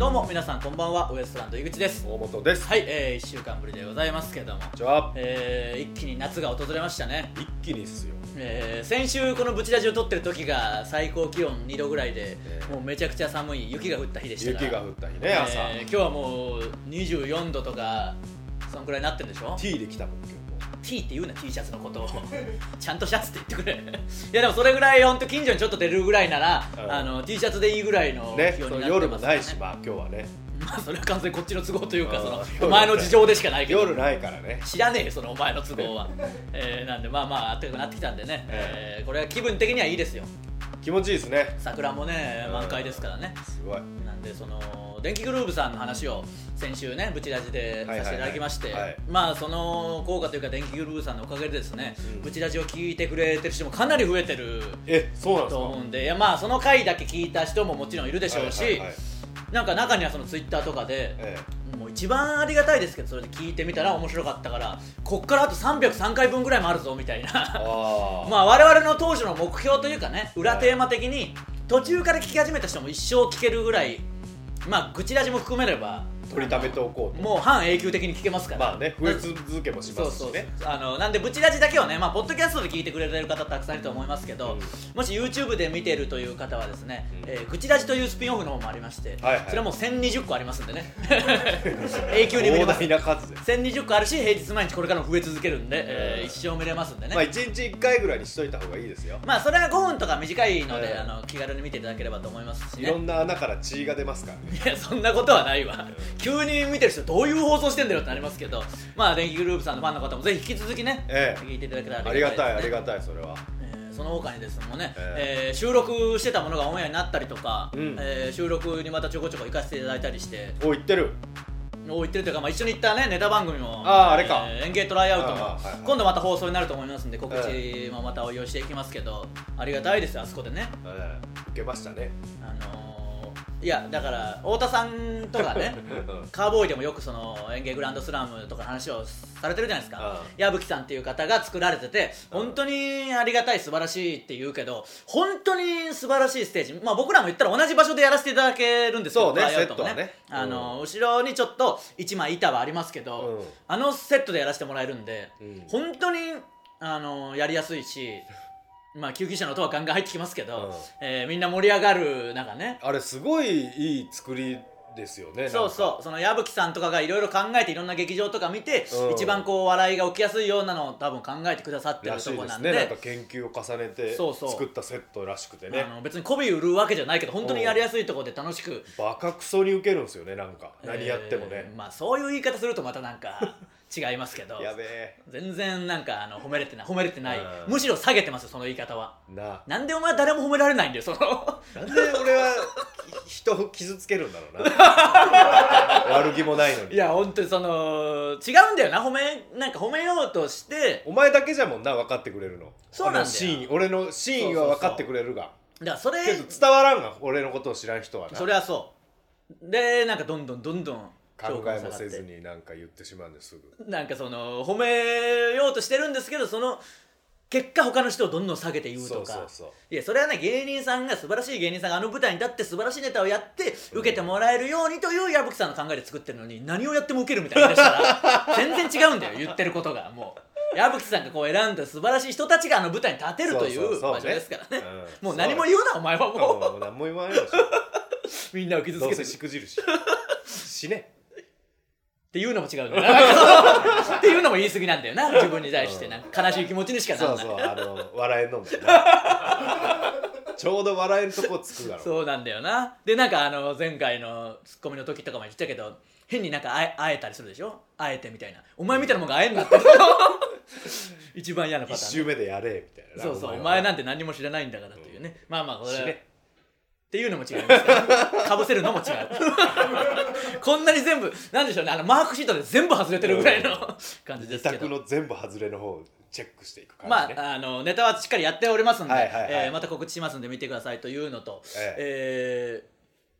どうも皆さんこんばんは、ウエストランド井口です。 大本です。 はい、1週間ぶりでございますけども、一気に夏が訪れましたね。 一気にっすよ。 先週このブチラジを撮ってる時が最高気温2度ぐらいで、もうめちゃくちゃ寒い雪が降った日でしたから。 雪が降った日ね、朝。 今日はもう24度とかそんくらいになってるんでしょ。 T で来たもん今日。 T って言うな、 T シャツのことをちゃんとシャツって言ってくれいやでもそれぐらい本当近所にちょっと出るぐらいなら、T シャツでいいぐらいの気温になってますからね。 夜もないし、まあ今日はね、 まあそれは完全にこっちの都合というか、そのお前の事情でしかないけど、 夜ないからね、 知らねえよそのお前の都合はなんでまあ暖かくなってきたんでね、これは気分的にはいいですよ。 気持ちいいですね。 桜もね満開ですからね。 すごい。 なんでその電気グルーヴさんの話を先週ねブチラジでさせていただきまして、まあその効果というか電気グルーヴさんのおかげでですね、ブチラジを聞いてくれてる人もかなり増えてると思うんで、いやまあその回だけ聞いた人ももちろんいるでしょうし、なんか中にはそのツイッターとかで、もう一番ありがたいですけどそれで聞いてみたら面白かったからこっからあと303回分ぐらいもあるぞみたいなまあ我々の当初の目標というかね、裏テーマ的に途中から聞き始めた人も一生聞けるぐらい、まあ愚痴ラジも含めれば取りためておこうと。 もう半永久的に聞けますから。 まあね、増え続けもしますしね。 なんでブチラジだけをね、まあポッドキャストで聞いてくれてる方たくさんいると思いますけど、もし YouTube で見てるという方はですね、ブチラジというスピンオフの方もありまして、それはもう1020個ありますんでね永久に見れます。 膨大な数で 1020個あるし、平日毎日これからも増え続けるんで、一生見れますんでね。 まあ1日1回ぐらいにしといた方がいいですよ。 まあそれは5分とか短いので、気軽に見ていただければと思いますしね。 いろんな穴から血が出ますからね。 いやそんなことはないわ急に見てる人どういう放送してんだよってなりますけど、まあ電気グループさんのファンの方もぜひ引き続きね、聞いていただけたらありがたいありがたい。それはその他にですもんね、収録してたものがオンエアになったりとか、収録にまたちょこちょこ行かせていただいたりして、 行ってるというか、まあ、一緒に行ったねネタ番組もあれか、 演芸トライアウトも今度また放送になると思いますんで、告知もまたお用意していきますけど、ありがたいですよあそこでね。 受けましたね。 いやだから太田さんとかねカーボーイでもよくその演芸グランドスラムとかの話をされてるじゃないですか。矢吹さんっていう方が作られてて本当にありがたい素晴らしいって言うけど、本当に素晴らしいステージ、まあ僕らも言ったら同じ場所でやらせていただけるんですけど、 そうね、セットはね、 後ろにちょっと1枚板はありますけど、あのセットでやらせてもらえるんで、本当にやりやすいし、まあ救急車の音はガンガン入ってきますけど、みんな盛り上がる中ね、 あれすごいいい作りですよね。 そうそう、その矢吹さんとかがいろいろ考えていろんな劇場とか見て、一番こう笑いが起きやすいようなのを多分考えてくださってるところなんで、 なんか研究を重ねて作ったセットらしくてね、 別に媚び売るわけじゃないけど本当にやりやすいところで楽しく、 バカクソにウケるんですよね。なんか何やってもね、 まあそういう言い方するとまたなんか違いますけどやべえ、 全然なんか褒めれてない、むしろ下げてますよその言い方は。なんでお前は誰も褒められないんだよそのなんで俺は人を傷つけるんだろうな悪気もないのに。 いや本当にその違うんだよな、なんか褒めようとして。 お前だけじゃもんな、分かってくれるの。 そうなんだよ、 俺の真意は分かってくれるが、 だからそれけど伝わらんが、俺のことを知らん人はな。 それはそうで、なんかどんどん考えもせずになんか言ってしまうんですぐ。 なんかその褒めようとしてるんですけど、その結果他の人をどんどん下げて言うとか。いやそれはね、芸人さんが素晴らしい芸人さんがあの舞台に立って素晴らしいネタをやって受けてもらえるようにという矢吹さんの考えで作ってるのに、何をやっても受けるみたいなでしたら全然違うんだよ言ってることが。もう矢吹さんがこう選んだ素晴らしい人たちがあの舞台に立てるという場所ですからね。もう何も言うなお前はもう何も言わないでしょみんなを傷つけてどうせしくじるし死ねっていうのも違うんだよっていうのも言い過ぎなんだよな自分に対して悲しい気持ちにしかならない。 そう笑えんのんだよなちょうど笑えんとこつくだろ。 そうなんだよな。でなんか前回のツッコミの時とかも言ったけど、変になんかあえたりするでしょ、あえてみたいな。お前みたいなもんがあえんなって一番嫌なパターン、 一周目でやれみたいな。 そうお前なんて何も知らないんだからというね。まあこれはっていうのも違いますからかぶせるのも違うこんなに全部なんでしょうね、マークシートで全部外れてるぐらいの感じですけど、 二択の全部外れの方をチェックしていく感じね。 まあネタはしっかりやっておりますんで、また告知しますんで見てくださいというのと、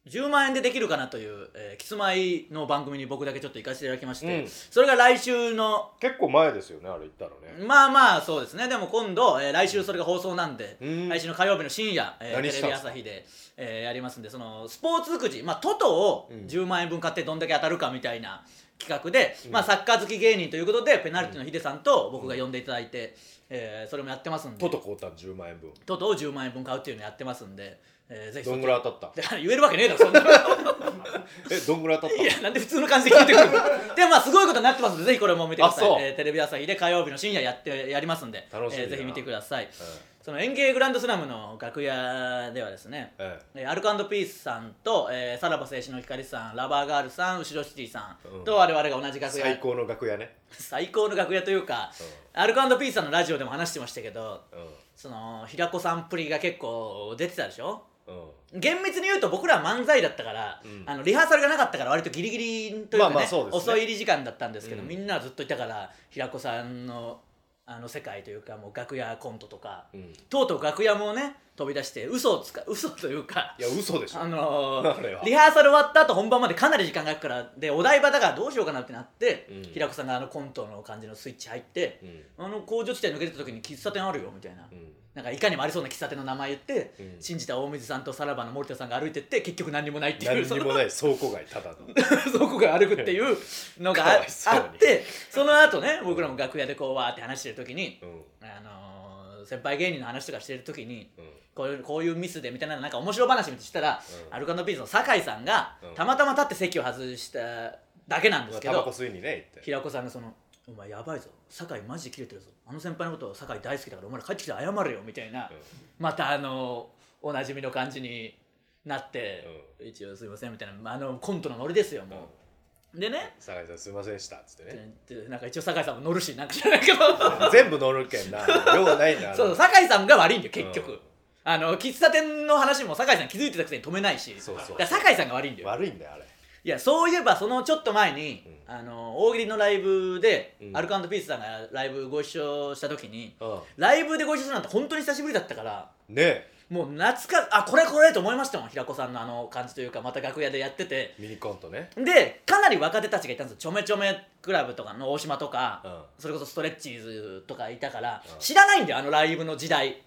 10万円でできるかなという、キスマイの番組に僕だけちょっと行かせていただきまして、それが来週の結構前ですよね、あれ言ったらね。 まあまあそうですね。でも今度、来週それが放送なんで、来週の火曜日の深夜、テレビ朝日で、やりますんで、そのスポーツくじ、トトを10万円分買ってどんだけ当たるかみたいな企画で、サッカー好き芸人ということでペナルティのヒデさんと僕が呼んでいただいて、それもやってますんで、 トト買うたん10万円分、 トトを10万円分買うっていうのやってますんで、ぜひどんぐらい当たった？ 言えるわけねえだろそんなどんぐらい当たった？ いや、なんで普通の感じで聞いてくるのですごいことになってますんで、ぜひこれも見てください。テレビ朝日で火曜日の深夜やりますんで、ぜひ見てください。その演芸グランドスラムの楽屋ではですね、アルコ&ピースさんと、さらば青春の光さん、ラバーガールさん、後ろシティさんと我々が同じ楽屋、 最高の楽屋ね。 最高の楽屋というか、アルコ&ピースさんのラジオでも話してましたけど、その平子さんっぷりが結構出てたでしょ。厳密に言うと僕らは漫才だったから、リハーサルがなかったから割とギリギリというかね、遅い入り時間だったんですけど、みんなはずっといたから平子さんの世界というか、もう楽屋コントとか、とうとう楽屋もね飛び出して嘘というか、 いや嘘でしょリハーサル終わった後本番までかなり時間がかかるからで、お台場だからどうしようかなってなって、平子さんがコントの感じのスイッチ入って、工場地帯抜けてた時に喫茶店あるよみたいな、なんかいかにもありそうな喫茶店の名前言って、信じた大水さんとさらばの森田さんが歩いてって結局何にもないっていう、 何にもない倉庫街ただの倉庫街歩くっていうのがあって、その後ね僕らも楽屋でこうわーって話してる時に、先輩芸人の話とかしてる時に、こういうミスでみたいな、なんか面白話みたいにしたら、アルコ&ピースの酒井さんがたまたま立って席を外しただけなんですけど、 タバコ吸いにね行って、 平子さんがお前やばいぞ、酒井マジでキレてるぞ、あの先輩のこと酒井大好きだからお前ら帰ってきて謝れよみたいな、またおなじみの感じになって、一応すいませんみたいなコントのノリですよもう、でね、 酒井さんすいませんでしたっつってね、 なんか一応酒井さんも乗るし、なんか知らないけど全部乗るけんな、ようないなそう、酒井さんが悪いんだよ結局、喫茶店の話も酒井さん気づいてたくせに止めないし、だから酒井さんが悪いんだよ。 悪いんだよあれ。 いや、そういえばそのちょっと前に、大喜利のライブで、アルコ&ピースさんがライブご一緒した時に、ライブでご一緒するなんて本当に久しぶりだったからね、 もうこれと思いましたもん、平子さんの感じというか、また楽屋でやっててミニコントね。 でかなり若手たちがいたんですよ。ちょめちょめクラブとかの大島とか、それこそストレッチーズとかいたから、知らないんだよライブの時代。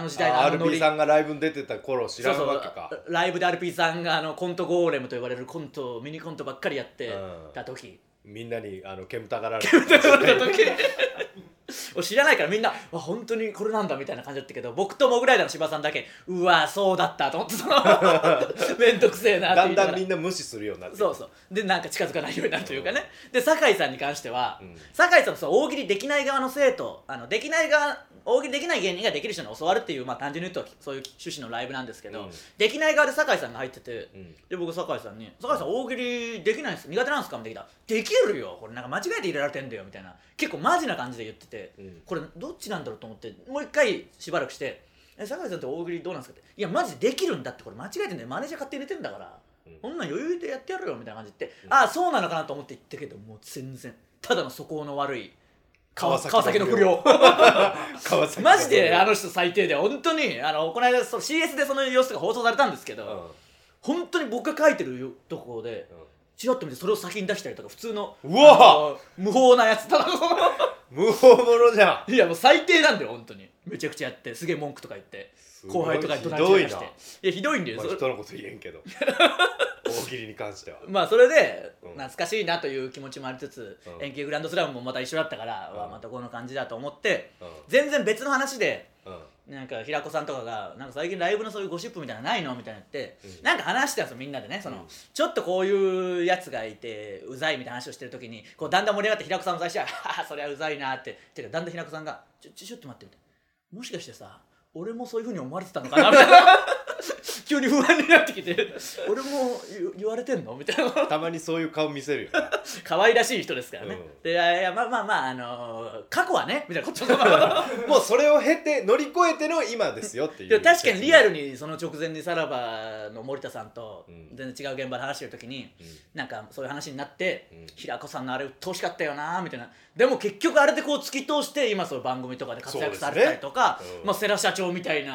RP さんがライブに出てた頃知らんわけか。 ライブで RP さんがコントゴーレムと呼ばれるコント、ミニコントばっかりやってた時、 みんなに煙たがられた時知らないからみんな本当にこれなんだみたいな感じだったけど、僕とモグライダーの柴さんだけうわそうだったと思ってめんどくせえなってだんだんみんな無視するようになって、 そうでなんか近づかないようになるというかね。で酒井さんに関しては、酒井さんも大喜利できない側の生徒、大喜利できない芸人ができる人に教わるっていう、単純に言うとそういう趣旨のライブなんですけど、できない側で酒井さんが入ってて、で僕酒井さんに「酒井さん大喜利できないんですか、苦手なんですか?」みたいな「できるよこれ、なんか間違えて入れられてんだよ」みたいな、結構マジな感じで言ってて、これどっちなんだろうと思ってもう一回しばらくして「酒井さんって大喜利どうなんですか?」って「いやマジでできるんだって、これ間違えてんだよ、マネージャー勝手に入れてんだからこんなん余裕でやってやるよ」みたいな感じで言って、ああそうなのかなと思って言ったけど、もう全然ただの素行の悪い川崎の不良マジであの人最低で、本当にこの間CS でその様子が放送されたんですけど、本当に僕が書いてるところでチラッと見てそれを先に出したりとか、普通の無法なやつ、ただの無法者じゃん。 いやもう最低なんだよ本当に、めちゃくちゃやってすげえ文句とか言って後輩とかに怒鳴り散らして、いやひどいんだよ、 人のこと言えんけど大喜利に関してはそれで懐かしいなという気持ちもありつつ、演芸グランドスラムもまた一緒だったから、またこの感じだと思って、全然別の話で、なんか平子さんとかがなんか最近ライブのそういうゴシップみたいなのないのみたいなって、なんか話してたんですよみんなでね、ちょっとこういうやつがいてうざいみたいな話をしてる時に、こうだんだん盛り上がって平子さんも最初は「そりゃうざいな」って言って、だんだん平子さんが「ちょっと待って」みたいな、もしかしてさ俺もそういう風に思われてたのかなみたいな急に不安になってきて俺も言われてんのみたいなたまにそういう顔見せるよ可愛らしい人ですからね、でいや過去はねみたいなこともうそれを経て乗り越えての今ですよっていう。 確かにリアルにその直前にさらばの森田さんと全然違う現場で話してる時に、なんかそういう話になって、平子さんのあれ鬱陶しかったよなみたいな、でも結局あれでこう突き通して今そういう番組とかで活躍されたりとか、世良社長みたいな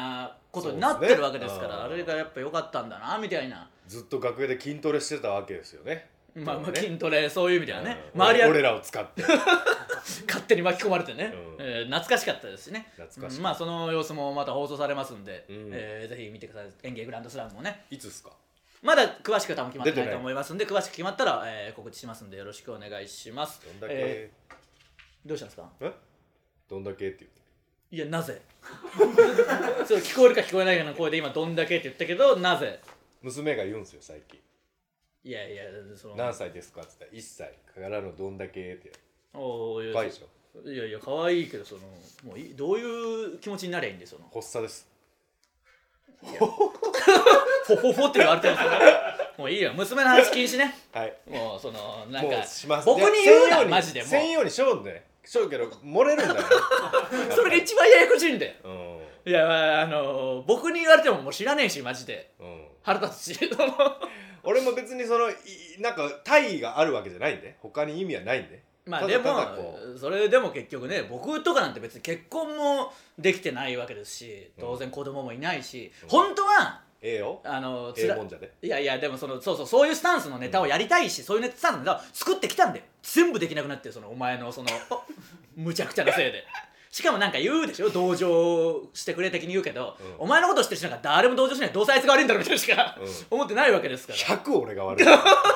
ことになってるわけですから、あれがやっぱ良かったんだなみたいな。 ずっと楽屋で筋トレしてたわけですよね。 まあ筋トレ、そういう意味ではね、 周りは俺らを使って勝手に巻き込まれてね、懐かしかったですしね。 懐かしい。 まあその様子もまた放送されますんで、ぜひ見てください。演芸グランドスラムもね。 いつですか？ まだ詳しくは多分決まってないと思いますんで、詳しく決まったら、告知しますんでよろしくお願いします。 どんだけ、 どうしたんですか？ どんだけって言って。 いや、なぜそう聞こえるか聞こえないかの声で今どんだけって言ったけど、なぜ？ 娘が言うんですよ最近。 いやいや、その何歳ですかって言ったら1歳からのどんだけって。 おー、 可愛いでしょ。 いやいや、可愛いけど、そのもうどういう気持ちになればいいんで、その発作です。 フォフォフォって言われてるんですよ。もういいよ、娘の話禁止ね。 はい。 もうそのなんか僕に言うな、マジでもう。 専用にしょうね。しょうけど漏れるんだよ。 それが一番ややこしいんだよ。いや、僕に言われてももう知らねえし、マジで。腹立つし。 俺も別にそのなんか大義があるわけじゃないんで、他に意味はないんで。 まあでもそれでも結局ね、僕とかなんて別に結婚もできてないわけですし、当然子供もいないし、本当はよええもんじゃで。 いやいや、でもそういうスタンスのネタをやりたいし、そういうスタンスのネタを作ってきたんだよ。全部できなくなって、そのお前のそのむちゃくちゃなせいで。しかもなんか言うでしょ、同情してくれ的に言うけど、お前のこと知ってる人なんか誰も同情しない、どうせあいつが悪いんだろみたいなしか思ってないわけですから。 100俺が悪い。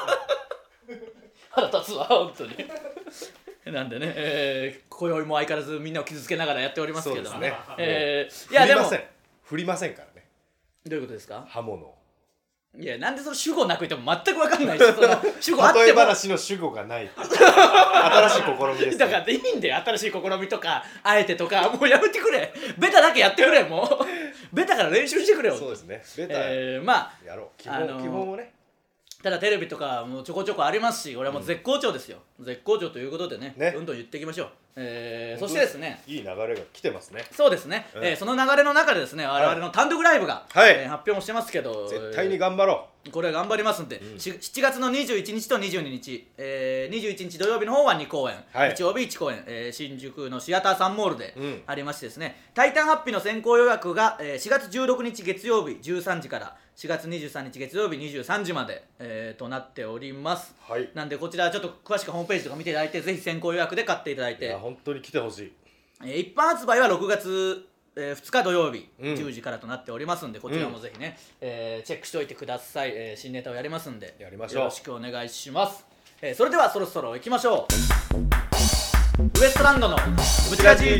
腹立つわ本当に。なんでね、今宵も相変わらずみんなを傷つけながらやっておりますけどね。いやでも振りませんからね。 どういうことですか？ 刃物。 いや、なんでその主語なくても全く分かんないし、その主語あっても例え話の主語がない新しい試みです、ね、 だからいいんだよ、新しい試みとかあえてとか、もうやめてくれ。ベタだけやってくれ、もうベタから練習してくれよ。 そうですね、ベタ、 まあやろう、基本をね。 ただテレビとかもちょこちょこありますし、俺はもう絶好調ですよ、絶好調ということでね、どんどん言っていきましょう。そしてですね、 いい流れが来てますね。 そうですね、その流れの中でですね、我々の単独ライブが、発表もしてますけど、 絶対に頑張ろう。これ頑張りますんで、7月の21日と22日、21日土曜日の方は2公演、日曜日1公演、新宿のシアターサンモールでありましてですね、タイタンハッピーの先行予約が、4月16日月曜日13時から4月23日月曜日23時まで、となっております。なんでこちらちょっと詳しくホームページとか見ていただいて、ぜひ先行予約で買っていただいて、 本当に来てほしい。 一般発売は6月2日土曜日10時からとなっておりますんで、こちらもぜひね、チェックしておいてください。新ネタをやりますんで、 やりましょう。 よろしくお願いします。それではそろそろ行きましょう。ウエストランドのブチラジ。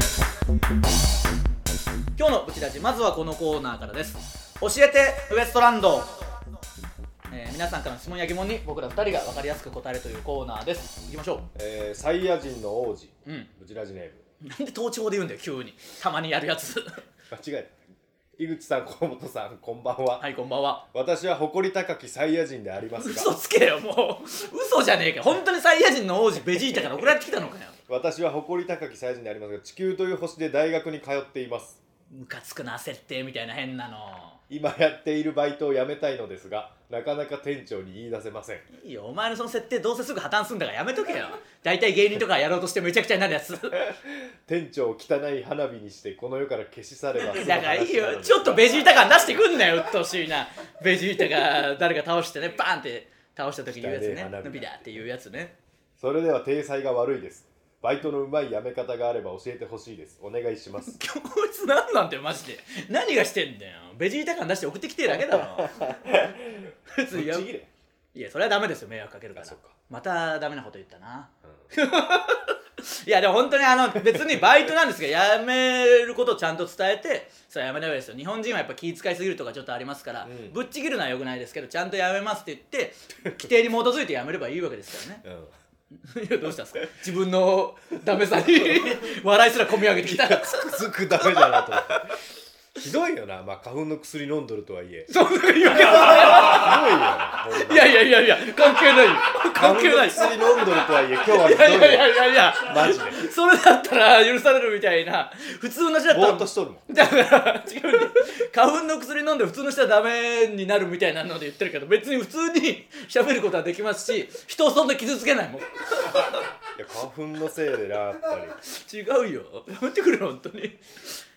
今日のブチラジ、まずはこのコーナーからです。教えてウエストランド。皆さんからの質問や疑問に僕ら2人が分かりやすく答えるというコーナーです。いきましょう。サイヤ人の王子、ブチラジネーム。 なんで盗聴で言うんだよ、急に。たまにやるやつ。 間違えた。井口さん、河本さん、こんばんは。 はい、こんばんは。 私は誇り高きサイヤ人でありますが。 嘘つけよ、もう。嘘じゃねえか。本当にサイヤ人の王子ベジータから送られてきたのかよ。 私は誇り高きサイヤ人でありますが、地球という星で大学に通っています。 ムカつくな、設定みたいな変なの。 今やっているバイトを辞めたいのですが、なかなか店長に言い出せません。 いいよ、お前のその設定どうせすぐ破綻すんだからやめとけよ。大体芸人とかやろうとしてめちゃくちゃになるやつ。 店長を汚い花火にしてこの世から消し去れば。 だからいいよ、ちょっとベジータ感出してくんなよ、うっとうしいな。ベジータが誰か倒してね、バーンって倒した時に言うやつね、伸びだっていうやつね。 それでは体裁が悪いです。バイトのうまい辞め方があれば教えてほしいです。お願いします。 こいつ何なんだよ、マジで。何がしてんだよ。ベジータ感出して送ってきてるだけだろ。普通や。いや、それはダメですよ、迷惑かけるから。またダメなこと言ったな。いや、でも本当に別にバイトなんですけど、辞めることをちゃんと伝えて、それは辞めないわけですよ。日本人はやっぱ気遣いすぎるとかちょっとありますから、ぶっちぎるのはよくないですけど、ちゃんと辞めますって言って、規定に基づいて辞めればいいわけですからね。いや、どうしたんですか。自分のダメさに笑いすら込み上げてきた。 つくづくダメだなと思って。ひどいよな。まあ花粉の薬飲んどるとはいえ。 そんな言うけど。ひどいよ。いやいや関係ないよ。関係ない。 薬飲んどるとはいえ今日はひどいよ。 いやマジで。それだったら許されるみたいな。普通の人だったら。 ぼーっとしとるもん。 だから違うね。花粉の薬飲んで普通の人はダメになるみたいなので言ってるけど、別に普通に喋ることはできますし、人をそんな傷つけないもん。いや花粉のせいでな、やっぱり。 違うよ。やめてくれよ本当に。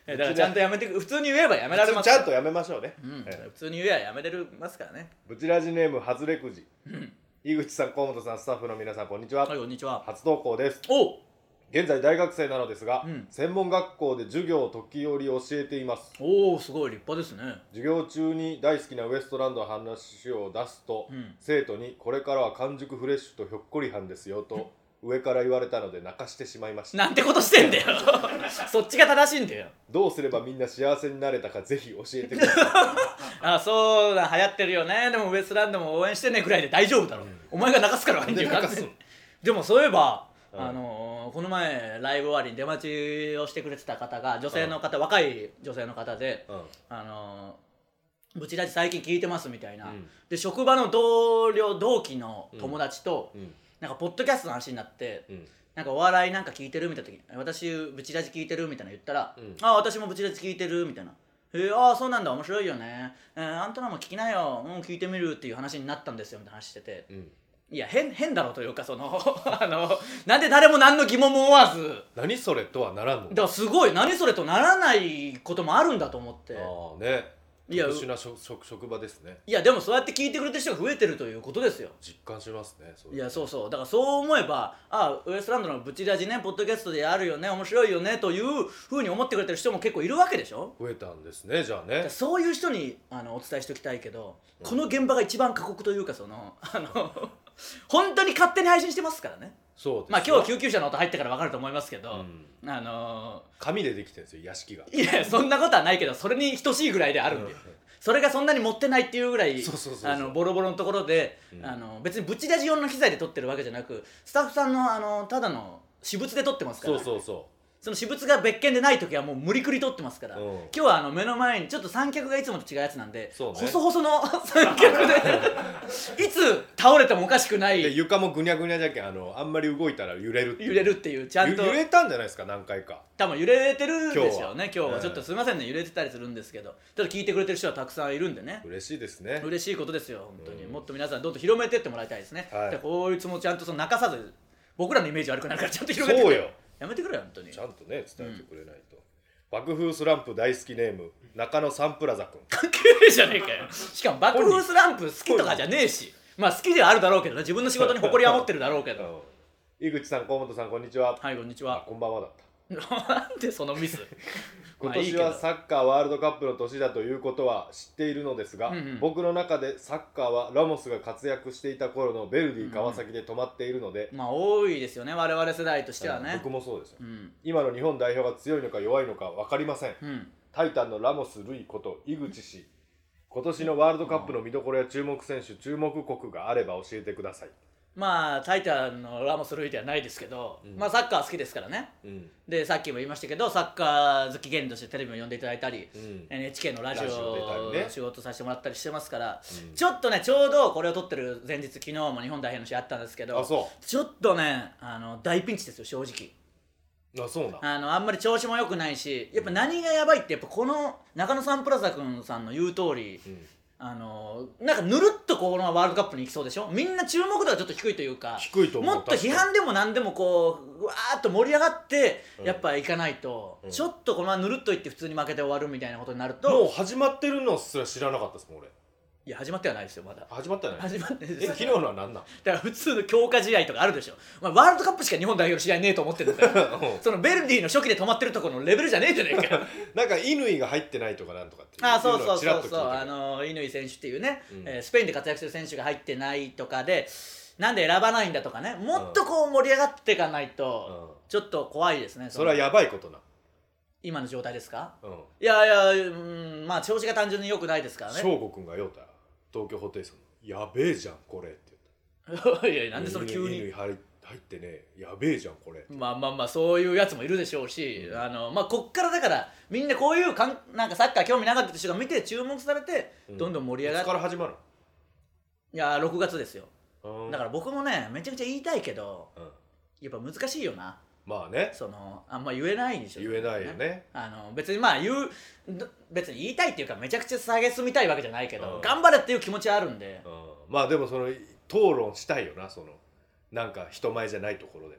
だからちゃんとやめて、普通に言えばやめられます。 ちゃんとやめましょうね、 普通に言えばやめれますからね。 ブチラジネームはずれくじ、井口さん、河本さん、スタッフの皆さん、こんにちは。 はい、こんにちは。 初投稿です。現在大学生なのですが、専門学校で授業を時折教えています。 おお、すごい立派ですね。 授業中に大好きなウエストランドの話を出すと、生徒にこれからは完熟フレッシュとひょっこりはんですよと上から言われたので泣かしてしまいました。 なんてことしてんだよそっちが正しいんだよ。 どうすればみんな幸せになれたかぜひ教えてくださいあ、そうだ、流行ってるよね。でもウエストランドも応援してねくらいで大丈夫だろ、お前が泣かすからはいいんだよ。でもそういえばこの前ライブ終わりに出待ちをしてくれてた方が女性の方、若い女性の方で、ブチラジ最近聞いてますみたいな、で職場の同期の友達と、なんかポッドキャストの話になって、なんかお笑いなんか聞いてるみたいな時に私ブチラジ聞いてるみたいな言ったら、あ、私もブチラジ聞いてるみたいな、ああそうなんだ、面白いよね、あんたらも聞きなよ、聞いてみるっていう話になったんですよみたいな話してて、いや変だろというか、そのなんで誰も何の疑問も思わず何それとはならんのだからすごい何それとならないこともあるんだと思って。 ああね、特殊な職場ですね。 いやでもそうやって聞いてくれてる人が増えてるということですよ。 実感しますね。 いやそうそう、だからそう思えば、あ、ウエストランドのブチラジね、ポッドキャストであるよね、面白いよねというふうに思ってくれてる人も結構いるわけでしょ。 増えたんですね、じゃあね。 そういう人にお伝えしておきたいけど、この現場が一番過酷というか、その本当に勝手に配信してますからね。 そうです。 まあ今日救急車の音入ってから分かると思いますけど、 紙でできてるんですよ、屋敷が。 いやそんなことはないけど、それに等しいぐらいであるんで、それがそんなに持ってないっていうぐらいボロボロのところで、別にブチラジ用の機材で撮ってるわけじゃなく、スタッフさんのただの私物で撮ってますから。その私物が別件でない時はもう無理くり撮ってますから、今日は目の前にちょっと三脚がいつもと違うやつなんで、細々の三脚でいつ倒れてもおかしくない。 で床もぐにゃぐにゃじゃけん、あんまり動いたら揺れるっていう、ちゃんと揺れたんじゃないですか、何回か。 多分揺れてるでしょうね。今日はちょっとすいませんね、揺れてたりするんですけど、ちょっと聞いてくれてる人はたくさんいるんでね、 嬉しいですね。 嬉しいことですよ本当に。もっと皆さんどんどん広めてってもらいたいですね。でこいつもちゃんと泣かさず、僕らのイメージ悪くなるからちゃんと広めてくれ。そうよ、やめてくれよ本当に。 ちゃんとね伝えてくれないと。爆風スランプ大好きネーム中野サンプラザ君。 関係ねえじゃねえかよ。しかも爆風スランプ好きとかじゃねえし、まあ好きではあるだろうけどね、自分の仕事に誇りは持ってるだろうけど井口さん、河本さん、こんにちは。 はい、こんにちは。 こんばんはだった。 なんでそのミス今年はサッカーワールドカップの年だということは知っているのですが、僕の中でサッカーはラモスが活躍していた頃のベルディ川崎で止まっているので、 まあ多いですよね、我々世代としてはね。 僕もそうですよ、今の日本代表が強いのか弱いのか分かりません、タイタンのラモス・ルイこと井口氏、今年のワールドカップの見どころや注目選手、注目国があれば教えてください。 まあタイタンのラモス・ルイではないですけど、まあサッカー好きですからね、でさっきも言いましたけど、サッカー好き芸人としてテレビも呼んでいただいたり、NHK のラジオ仕事させてもらったりしてますから、ちょっとね、ちょうどこれを撮ってる前日、昨日も日本代表の試合あったんですけど、ちょっとね大ピンチですよ正直。 そうなあんまり調子も良くないし、やっぱ何がやばいって、やっぱこの中野サンプラザ君さんの言う通り、なんかぬるっとこのワールドカップに行きそうでしょ。みんな注目度がちょっと低いというか、もっと批判でも何でもこうわーっと盛り上がってやっぱ行かないと、ちょっとこのままぬるっといって普通に負けて終わるみたいなことになると。 もう始まってるのすら知らなかったですもん俺。 いや始まってはないですよ、まだ始まってはない。 始まって昨日のは何なんだから普通の強化試合とかあるでしょ。ワールドカップしか日本代表の試合ねえと思ってるんだからそのベルディの初期で止まってるところのレベルじゃねえじゃねえかよなんか乾が入ってないとかなんとかっていう。 そう乾選手っていうね、スペインで活躍する選手が入ってないとかで、なんで選ばないんだとかね、もっとこう盛り上がっていかないとちょっと怖いですね。 それはやばいことな。 今の状態ですか。いやまあ調子が単純に良くないですからね。 翔吾君が言うたら東京ホテイソンやべえじゃんこれって言ったいやなんでその急に入ってね、やべえじゃんこれ。 まあそういうやつもいるでしょうし、まあこっからだからみんなこういうなんかサッカー興味なかった人が見て注目されて、どんどん盛り上がって。 いつから始まる？ いや6月ですよ。だから僕もねめちゃくちゃ言いたいけど、やっぱ難しいよな。 まあね、 あんま言えないでしょ。 言えないよね。 別に別に言いたいっていうかめちゃくちゃ蔑みたいわけじゃないけど、頑張れっていう気持ちはあるんで、 まあでも討論したいよな、なんか人前じゃないところでな。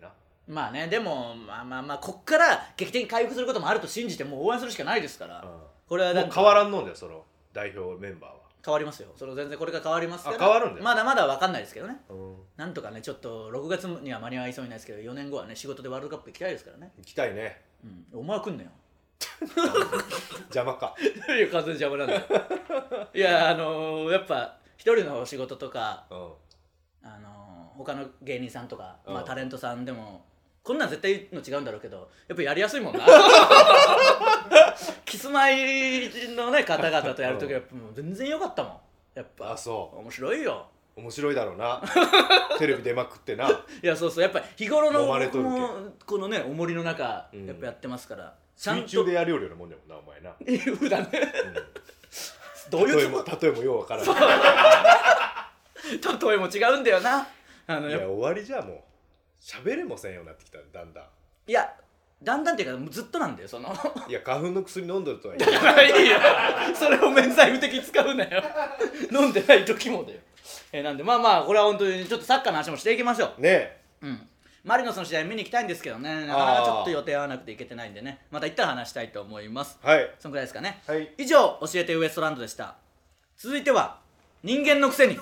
まあね、でもまあこっから劇的に回復することもあると信じてもう応援するしかないですから、 これはもう変わらんのんだよ、その代表メンバーは。 変わりますよ、それ全然これから変わりますから。 変わるんだよ。 まだまだ分かんないですけどね、なんとかね、ちょっと6月には間に合いそうにないですけど、4年後はね仕事でワールドカップ行きたいですからね。 行きたいね。 お前は来んなよ邪魔か。 いや、完全に邪魔なんだよいや、やっぱ一人の仕事とか、他の芸人さんとか、タレントさんでもこんなん絶対の違うんだろうけど、やっぱやりやすいもんなキスマイのね方々とやるときはもう全然良かったもん。やっぱそう面白いよ。 面白いだろうなテレビ出まくってな。いや、そうそう、やっぱ日頃のこのね重りの中やっぱやってますから、 ちゃんと水中でやるよりなもんだもんな、お前な。 普段ね、どういう例えもようわからない例えも違うんだよな。 いや、終わりじゃもう喋れもせんようになってきた、だんだん。 いや、だんだんっていうかずっとなんだよ、そのいや、花粉の薬飲んどるとはいえいいよそれを免罪符的に使うなよ飲んでない時もだよ。なんでまあこれは本当にちょっとサッカーの話もしていきましょうね。マリノスの試合見に行きたいんですけどね、なかなかちょっと予定合わなくて行けてないんでね、また行ったら話したいと思います。そのくらいですかね。以上、教えてウエストランドでした。続いては人間のくせに、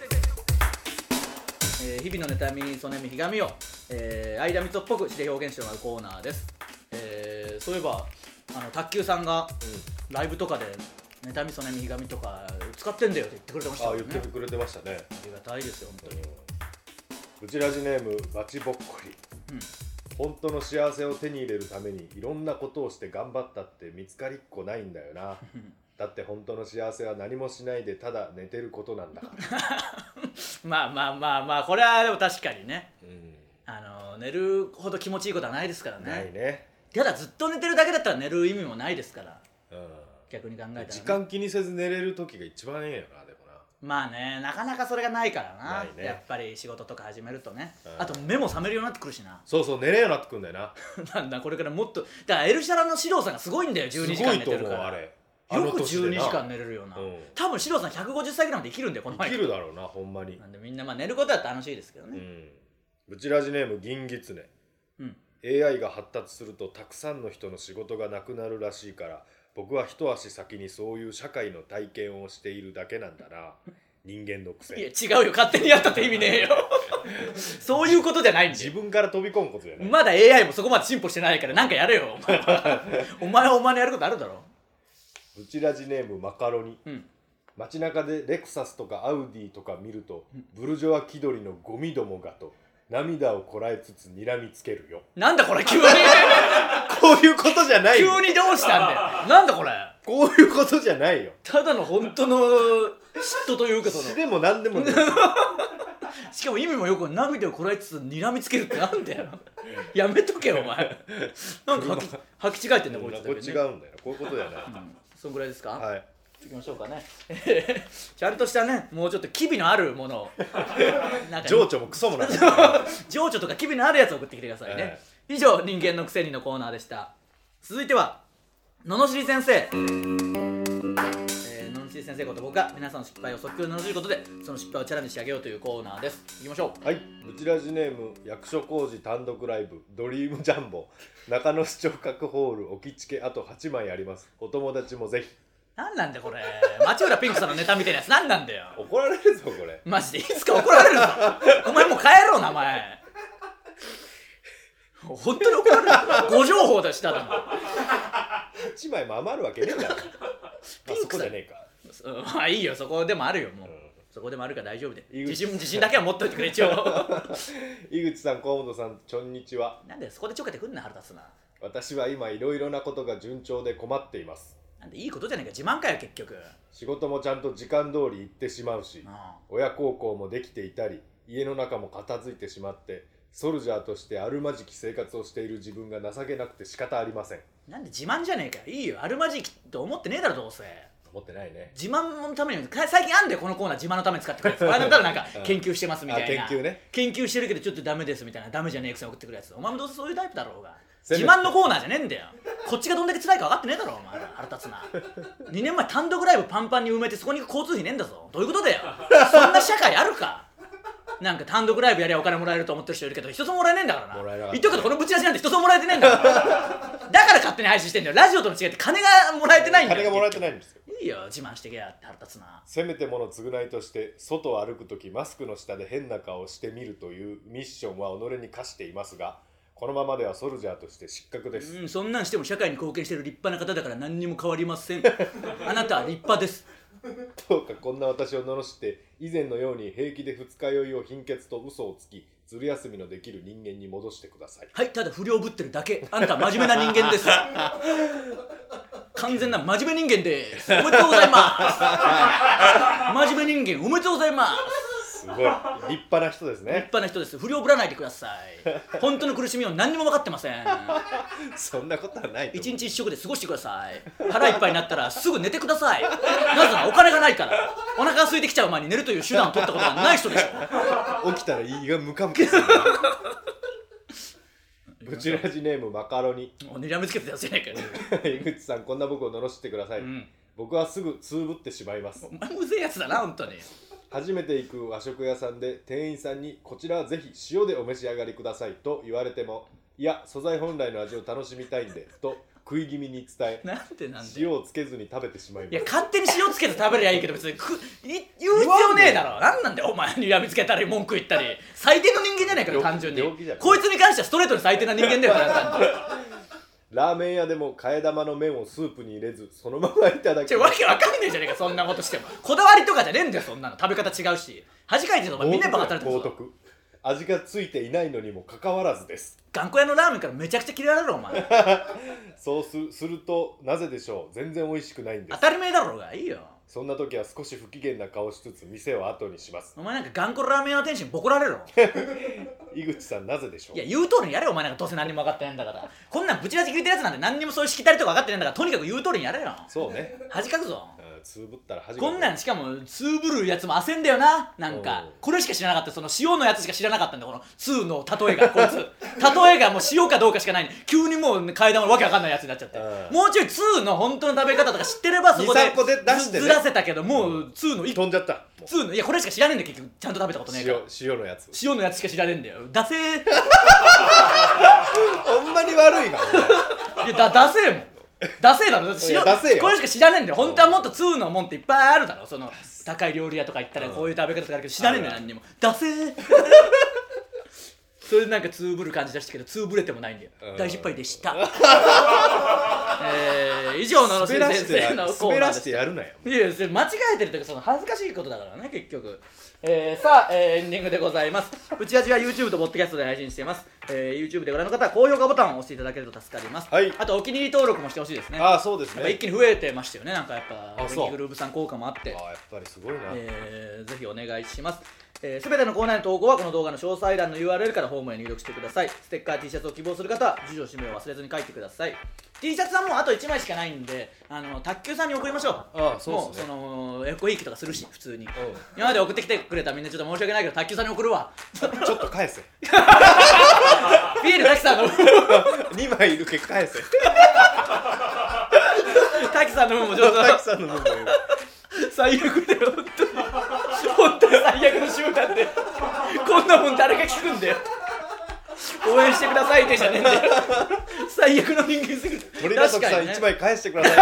日々の妬み、そねみ、ひがみを、相田みつをっぽくして表現してもらうコーナーです。そういえば卓球さんがライブとかで妬み、そねみ、ひがみとか使ってんだよって言ってくれてましたね。 言ってくれてましたね。 ありがたいですよ、本当に。 ブチラジネームバチボッコリ。本当の幸せを手に入れるためにいろんなことをして頑張ったって見つかりっこないんだよなだって本当の幸せは何もしないでただ寝てることなんだからまあこれはでも確かにね、寝るほど気持ちいいことはないですからね。 ないね。 ただずっと寝てるだけだったら寝る意味もないですから、逆に考えたら、ね、 時間気にせず寝れる時が一番ええよな。でもな、 まあね、なかなかそれがないからな、やっぱり仕事とか始めるとね、あと目も覚めるようになってくるしな。 そう寝れるようになってくるんだよななんだこれからもっと、だからエルシャラの指導さんがすごいんだよ、12時間寝てるから。すごいと思う、あれ。よく12時間寝れるような、多分指導さん150歳ぐらいまで生きるんだよ、この前。 生きるだろうな、ほんまに。 なんでみんな寝ることだって楽しいですけどね。 ブチラジネーム銀ギツネ。AI が発達するとたくさんの人の仕事がなくなるらしいから、僕は一足先にそういう社会の体験をしているだけなんだな。人間のくせに。いや違うよ、勝手にやったって意味ねえよそういうことじゃないんだよ。 自分から飛び込むことじゃない。 まだ AI もそこまで進歩してないからなんかやれよお前はお前のやることあるだろ。 ブチラジネームマカロニ。街中でレクサスとかアウディとか見ると、ブルジョワ気取りのゴミどもがと涙をこらえつつ睨みつけるよ。 なんだこれ急にこういうことじゃないよ。 急にどうしたんだよ。なんだこれ。 こういうことじゃないよ。 ただの本当の嫉妬というか、そのでも何でもねしかも意味もよく涙をこらえつつ睨みつけるってなんだよやめとけよお前なんか履き違えてんだこいつだけ、ね、 これ違うんだよ、こういうことじゃない、 そんぐらいですか。 はい、 いきましょうかねちゃんとしたね、もうちょっと機微のあるものをなんか情緒もクソもない情緒とか機微のあるやつを送ってきてくださいね、以上人間のくせにのコーナーでした。続いてはののしり先生。ののしり先生こと僕が皆さんの失敗を即興でののしることで、その失敗をチャラにしてあげようというコーナーです。いきましょう。 はい、ブチラジネーム役所広司単独ライブドリームジャンボ中野市長閣ホール置きチケあと8枚あります。お友達もぜひ。 なんなんだこれ、町浦ピンクさんのネタみたいなやつなんなんだよ怒られるぞこれ、 マジでいつか怒られるぞお前もう帰ろうな、お前本当に怒られる誤情報だしただもん 8枚も余るわけねえんだろピンクさんじゃねえか、 まあいいよ、そこでもあるよ、もう、そこでもあるから大丈夫で、自信だけは持っといてくれ一応井口さん、河本さん、こんにちは。 なんでそこでちょけてくんな、腹立つな。 私は今いろいろなことが順調で困っています。 なんでいいことじゃねえか、自慢かよ結局。 仕事もちゃんと時間通り行ってしまうし、親孝行もできていたり、家の中も片付いてしまって、ソルジャーとしてあるまじき生活をしている自分が情けなくて仕方ありません。 なんで自慢じゃねえか。いいよ、あるまじきと思ってねえだろ、どうせ。 思ってないね。 自慢のために最近あんでこのコーナー自慢のために使ってくるやつ。あれだったらなんか研究してますみたいな、 研究ね、 研究してるけどちょっとダメですみたいな、ダメじゃねえくせに送ってくるやつ。お前もどうせそういうタイプだろうが。自慢のコーナーじゃねえんだよ。こっちがどんだけ辛いか分かってねえだろお前。腹立つな。2年前単独ライブパンパンに埋めてそこに行く交通費ねえんだぞ。どういうことだよそんな社会あるかなんか単独ライブやりゃお金もらえると思ってる人いるけど、一つももらえねえんだからな。 もらえなかった言っとくけどこのブチラジなんて一つももらえてねえんだからだから勝手に配信してんだよ。ラジオとの違いって金がもらえてないんだよ。 金がもらえてないんですよ。 いいよ自慢してけやって腹立つな。 せめてもの償いとして外を歩くときマスクの下で変な顔をしてみるというミッションは己に課していますが、このままではソルジャーとして失格です。 そんなんしても社会に貢献している立派な方だから何にも変わりませんあなたは立派です。 どうかこんな私を罵って以前のように平気で二日酔いを貧血と嘘をつきずる休みのできる人間に戻してください。 はい、ただ不良ぶってるだけ。あんた真面目な人間です完全な真面目人間です。おめでとうございます真面目人間おめでとうございます。 すごい立派な人ですね。 立派な人です。不良ぶらないでください本当の苦しみを何にも分かってませんそんなことはないと思う。 一日一食で過ごしてください。腹いっぱいになったらすぐ寝てください。なぜならお金がないから。お腹が空いてきちゃう前に寝るという手段を取ったことがない人でしょ起きたら胃がムカムカするブチラジネームマカロニ。 にらみつけてたやつじゃないかよ井口さん、こんな僕を罵ってください、僕はすぐつぶってしまいます。 お前むぜえやつだな本当に。 初めて行く和食屋さんで店員さんにこちらはぜひ塩でお召し上がりくださいと言われても、いや素材本来の味を楽しみたいんでと食い気味に伝え、 なんで塩をつけずに食べてしまいます。 いや勝手に塩つけて食べりゃいいけど別に言う必要ねえだろ。なんなんだよお前にらみつけたり文句言ったり最低の人間じゃないかよ単純に。こいつに関してはストレートに最低な人間だよ単純にラーメン屋でも替え玉の麺をスープに入れずそのままいただきわけわかんねえじゃねえかそんなことしても。こだわりとかじゃねえんだよそんなの。食べ方違うし恥かいてるのお前みんなバカされてるぞ。 味がついていないのにもかかわらずです。 頑固屋のラーメンからめちゃくちゃ嫌われるお前そうするとなぜでしょう。全然美味しくないんです。 当たり前だろうがいいよ。 そんな時は少し不機嫌な顔しつつ店を後にします。 お前なんか頑固ラーメン屋の店主にボコられろ井口さんなぜでしょう。 いや言う通りにやれよお前なんかどうせ何にも分かってないんだから。こんなんブチラジ聞いてるやつなんて何にもそういうしきたりとか分かってないんだからとにかく言う通りにやれよ。 そうね恥かくぞ。 つぶったら恥こんなんしかもつぶるやつも焦んだよな。なんかこれしか知らなかった。その塩のやつしか知らなかったんだこの2の例えがこいつ例えがもう塩かどうかしかない。急にもう替え玉のわけわかんないやつになっちゃって、もうちょい2の本当の食べ方とか知ってればそこで 2,3 個で出してねずらせたけどもう2の1 飛んじゃった 2のいやこれしか知らねえんだよ結局ちゃんと食べたことねえから塩のやつ塩のやつしか知らねえんだよ。ダセーほんまに悪いないやダセーもんダセーだろ。 ダセーよこれしか知らねえんだよ。本当はもっと2のもんっていっぱいあるだろ。その高い料理屋とか行ったらこういう食べ方とかあるけど知らねえんだよ何にも。ダセーそれでなんかつぶる感じ出したけどつぶれてもないんだよ。大失敗でした以上のの先生のコーナーでした。 滑らしてやるなよ。 いやそれ間違えてるというかその恥ずかしいことだからね結局。さあ、エンディングでございます。うちは YouTube とポッドキャストで配信しています。YouTube でご覧の方は高評価ボタンを押していただけると助かります、あとお気に入り登録もしてほしいですね。 そうですね。 一気に増えてましたよね。なんかやっぱ電気グループさん効果もあってやっぱりすごいな、 ぜひお願いします。すべてのコーナーの投稿はこの動画の詳細欄の URL からホームへ入力してください。ステッカー T シャツを希望する方は住所氏名を忘れずに書いてください。 T シャツはもうあと1枚しかないんで卓球さんに送りましょう。もうそのエコひいきとかするし普通に今まで送ってきてくれたみんなちょっと申し訳ないけど卓球さんに送るわちょっと返せピエール滝さんの 2枚いるけ返せ滝さんの分もちょっと滝さんの分も最悪だよ本当に最悪の集団でこんなもん誰が聞くんだよ応援してくださいってじゃねえんだよ最悪の人間すぎる。 鳥田さん1枚返してください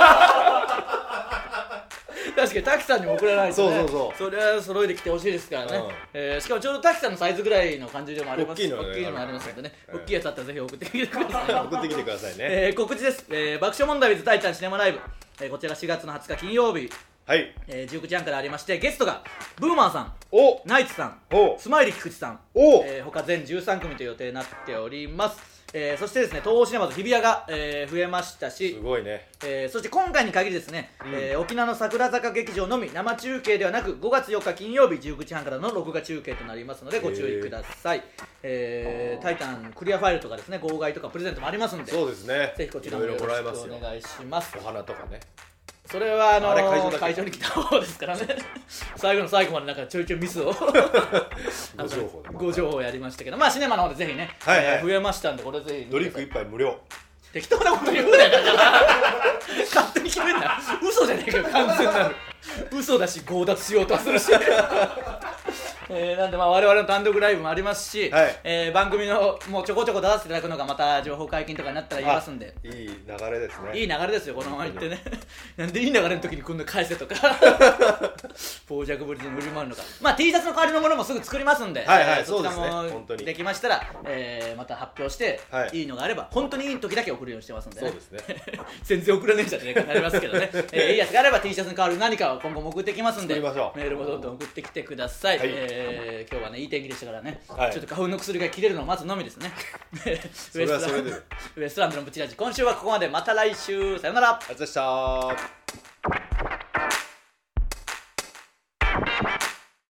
確かに滝さんにも送らないとね。 そうそれは揃えてきてほしいですからね、しかもちょうど滝さんのサイズぐらいの感じでもあります。大きいのもありますのでね、大きいやつあったらぜひ送ってきてください送ってきてくださいね。 告知です、爆笑問題 with タイタンシネマライブ、こちら4月の20日金曜日、19時半からありまして、ゲストがブーマーさん、ナイツさん、スマイリー菊池さん、他全13組という予定になっております。そしてですね、東宝シネマズ日比谷が、増えましたし、 すごいね。 そして今回に限りですね、沖縄の桜坂劇場のみ生中継ではなく5月4日金曜日19時半からの録画中継となりますのでご注意ください。タイタンクリアファイルとかですね、号外とかプレゼントもありますので、 そうですね、 ぜひこちらもよろしくお願いします。 お花とかね、 それは会場に来た方ですからね最後の最後までなんかちょいちょいミスをご情報やりましたけど、まあシネマの方でぜひね、増えましたんで、これぜひドリンク1杯無料。 適当なこと言うなよだから勝手に決めんな。嘘じゃねえかよ、完全なる嘘だし強奪しようとはするしなんで我々の単独ライブもありますし、番組のもうちょこちょこ出させていただくのがまた情報解禁とかになったら言いますんで、 いい流れですね。 いい流れですよ、このままいってね。なんでいい流れの時に今度返せとか傍若無人に振る舞うのか。T シャツの代わりのものもすぐ作りますんで、そちらもできましたらまた発表して、いいのがあれば本当にいい時だけ送るようにしてますんでね。そうですね。全然送らねえじゃねえかなりますけどね。いいやつがあれば T シャツに代わる何かを今後も送ってきますんで、メールもどんどん送ってきてください。今日はねいい天気でしたからね、ちょっと花粉の薬が切れるのを待つのみですね。ウエストランドのブチラジ、今週はここまで。また来週、さよなら。 ありがとうございました。